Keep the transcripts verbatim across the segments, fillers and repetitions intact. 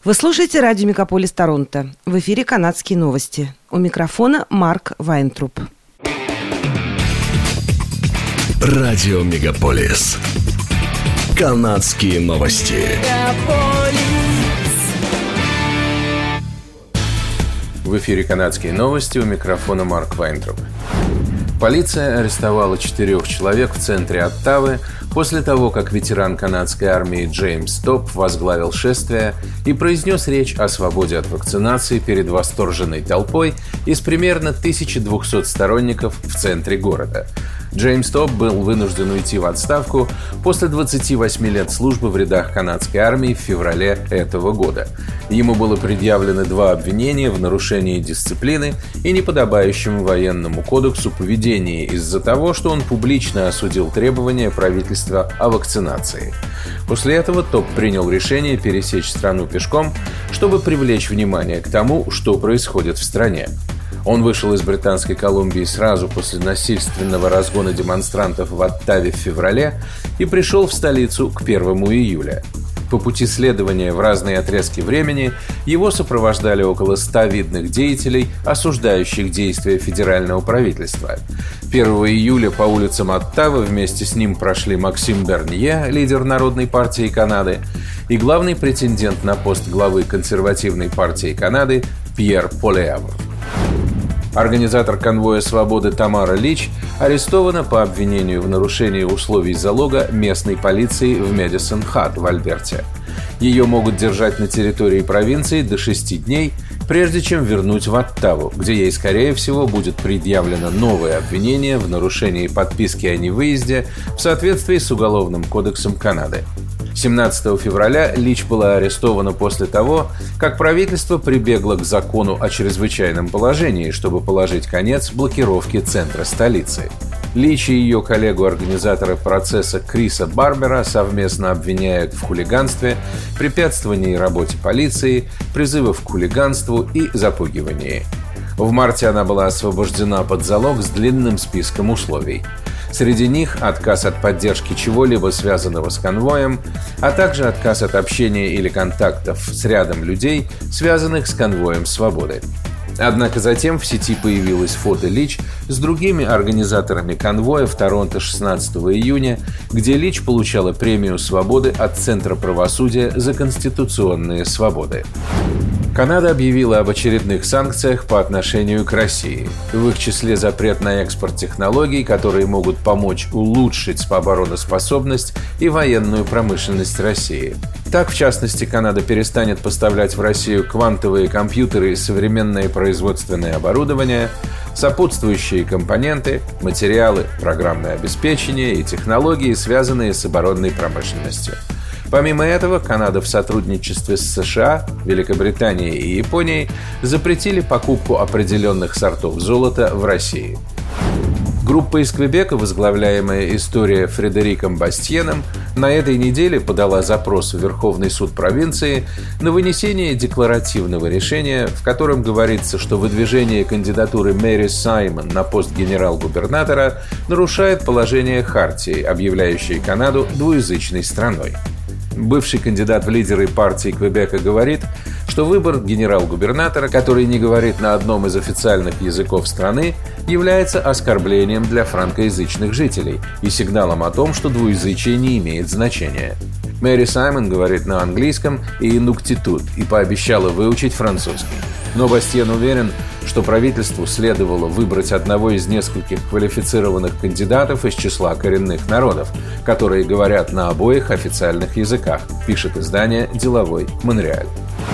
Вы слушаете радио «Мегаполис Торонто». В эфире канадские новости. У микрофона Марк Вайнтруп. Радио «Мегаполис». Канадские новости. В эфире канадские новости. У микрофона Марк Вайнтруп. Полиция арестовала четырех человек в центре Оттавы после того, как ветеран канадской армии Джеймс Топ возглавил шествие и произнес речь о свободе от вакцинации перед восторженной толпой из примерно тысячи двухсот сторонников в центре города. Джеймс Топ был вынужден уйти в отставку после двадцати восьми лет службы в рядах канадской армии в феврале этого года. Ему было предъявлено два обвинения в нарушении дисциплины и неподобающем военному кодексу поведении из-за того, что он публично осудил требования правительства о вакцинации. После этого Топ принял решение пересечь страну пешком, чтобы привлечь внимание к тому, что происходит в стране. Он вышел из Британской Колумбии сразу после насильственного разгона демонстрантов в Оттаве в феврале и пришел в столицу к первому июля. По пути следования в разные отрезки времени его сопровождали около ста видных деятелей, осуждающих действия федерального правительства. первого июля по улицам Оттавы вместе с ним прошли Максим Бернье, лидер Народной партии Канады, и главный претендент на пост главы консервативной партии Канады Пьер Полеавр. Организатор конвоя свободы Тамара Лич арестована по обвинению в нарушении условий залога местной полиции в Медисон-Хат в Альберте. Ее могут держать на территории провинции до шести дней, прежде чем вернуть в Оттаву, где ей, скорее всего, будет предъявлено новое обвинение в нарушении подписки о невыезде в соответствии с Уголовным кодексом Канады. семнадцатого февраля Лич была арестована после того, как правительство прибегло к закону о чрезвычайном положении, чтобы положить конец блокировке центра столицы. Лич и ее коллегу-организатора процесса Криса Барбера совместно обвиняют в хулиганстве, препятствовании работе полиции, призывах к хулиганству и запугивании. В марте она была освобождена под залог с длинным списком условий. Среди них отказ от поддержки чего-либо связанного с конвоем, а также отказ от общения или контактов с рядом людей, связанных с конвоем свободы. Однако затем в сети появилось фото Лич с другими организаторами конвоя в Торонто шестнадцатого июня, где Лич получала премию свободы от Центра правосудия за конституционные свободы. Канада объявила об очередных санкциях по отношению к России. В их числе запрет на экспорт технологий, которые могут помочь улучшить обороноспособность и военную промышленность России. Так, в частности, Канада перестанет поставлять в Россию квантовые компьютеры и современное производственное оборудование, сопутствующие компоненты, материалы, программное обеспечение и технологии, связанные с оборонной промышленностью. Помимо этого, Канада в сотрудничестве с США, Великобританией и Японией запретили покупку определенных сортов золота в России. Группа из Квебека, возглавляемая История Фредериком Бастьеном, на этой неделе подала запрос в Верховный суд провинции на вынесение декларативного решения, в котором говорится, что выдвижение кандидатуры Мэри Саймон на пост генерал-губернатора нарушает положение Хартии, объявляющей Канаду двуязычной страной. Бывший кандидат в лидеры партии Квебека говорит, что выбор генерал-губернатора, который не говорит на одном из официальных языков страны, является оскорблением для франкоязычных жителей и сигналом о том, что двуязычие не имеет значения. Мэри Саймон говорит на английском и инуктитут и пообещала выучить французский. Но Бастьен уверен, что правительству следовало выбрать одного из нескольких квалифицированных кандидатов из числа коренных народов, которые говорят на обоих официальных языках, пишет издание «Деловой Монреаль».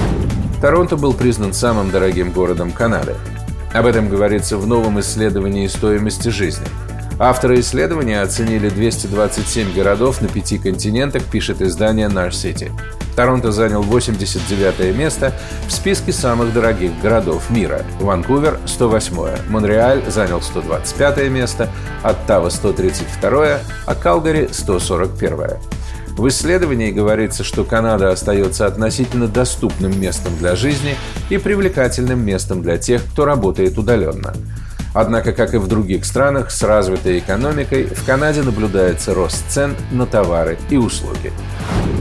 Торонто был признан самым дорогим городом Канады. Об этом говорится в новом исследовании стоимости жизни. Авторы исследования оценили двести двадцать семь городов на пяти континентах, пишет издание Narcity. Торонто занял восемьдесят девятое место в списке самых дорогих городов мира. Ванкувер – сто восьмое, Монреаль занял сто двадцать пятое место, Оттава – сто тридцать второе, а Калгари – сто сорок первое. В исследовании говорится, что Канада остается относительно доступным местом для жизни и привлекательным местом для тех, кто работает удаленно. Однако, как и в других странах с развитой экономикой, в Канаде наблюдается рост цен на товары и услуги.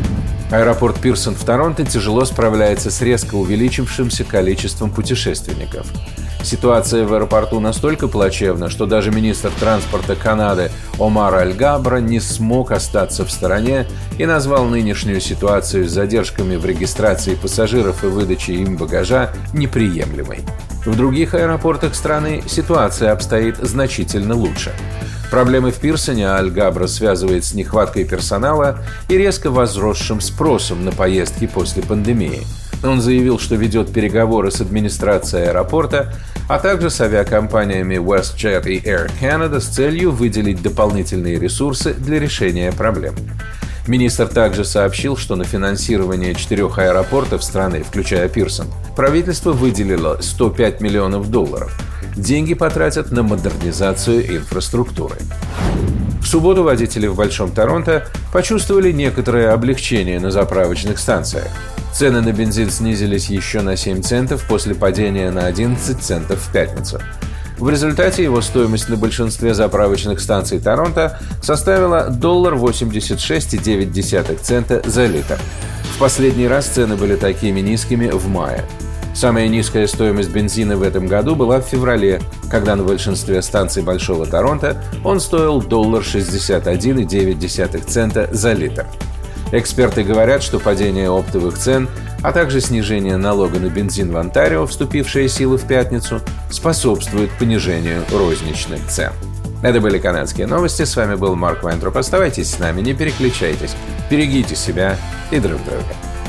Аэропорт Пирсон в Торонто тяжело справляется с резко увеличившимся количеством путешественников. Ситуация в аэропорту настолько плачевна, что даже министр транспорта Канады Омар Аль-Габра не смог остаться в стороне и назвал нынешнюю ситуацию с задержками в регистрации пассажиров и выдаче им багажа неприемлемой. В других аэропортах страны ситуация обстоит значительно лучше. Проблемы в Пирсоне Аль-Габра связывает с нехваткой персонала и резко возросшим спросом на поездки после пандемии. Он заявил, что ведет переговоры с администрацией аэропорта, а также с авиакомпаниями WestJet и Air Canada с целью выделить дополнительные ресурсы для решения проблем. Министр также сообщил, что на финансирование четырех аэропортов страны, включая Пирсон, правительство выделило сто пять миллионов долларов. Деньги потратят на модернизацию инфраструктуры. В субботу водители в Большом Торонто почувствовали некоторое облегчение на заправочных станциях. Цены на бензин снизились еще на семь центов после падения на одиннадцать центов в пятницу. В результате его стоимость на большинстве заправочных станций Торонто составила один восемьдесят шесть целых девять десятых цента за литр. В последний раз цены были такими низкими в мае. Самая низкая стоимость бензина в этом году была в феврале, когда на большинстве станций Большого Торонто он стоил один шестьдесят один целых девять десятых цента за литр. Эксперты говорят, что падение оптовых цен, а также снижение налога на бензин в Онтарио, вступившее в силу в пятницу, способствует понижению розничных цен. Это были канадские новости. С вами был Марк Вайнтроп. Оставайтесь с нами, не переключайтесь. Берегите себя и друг друга.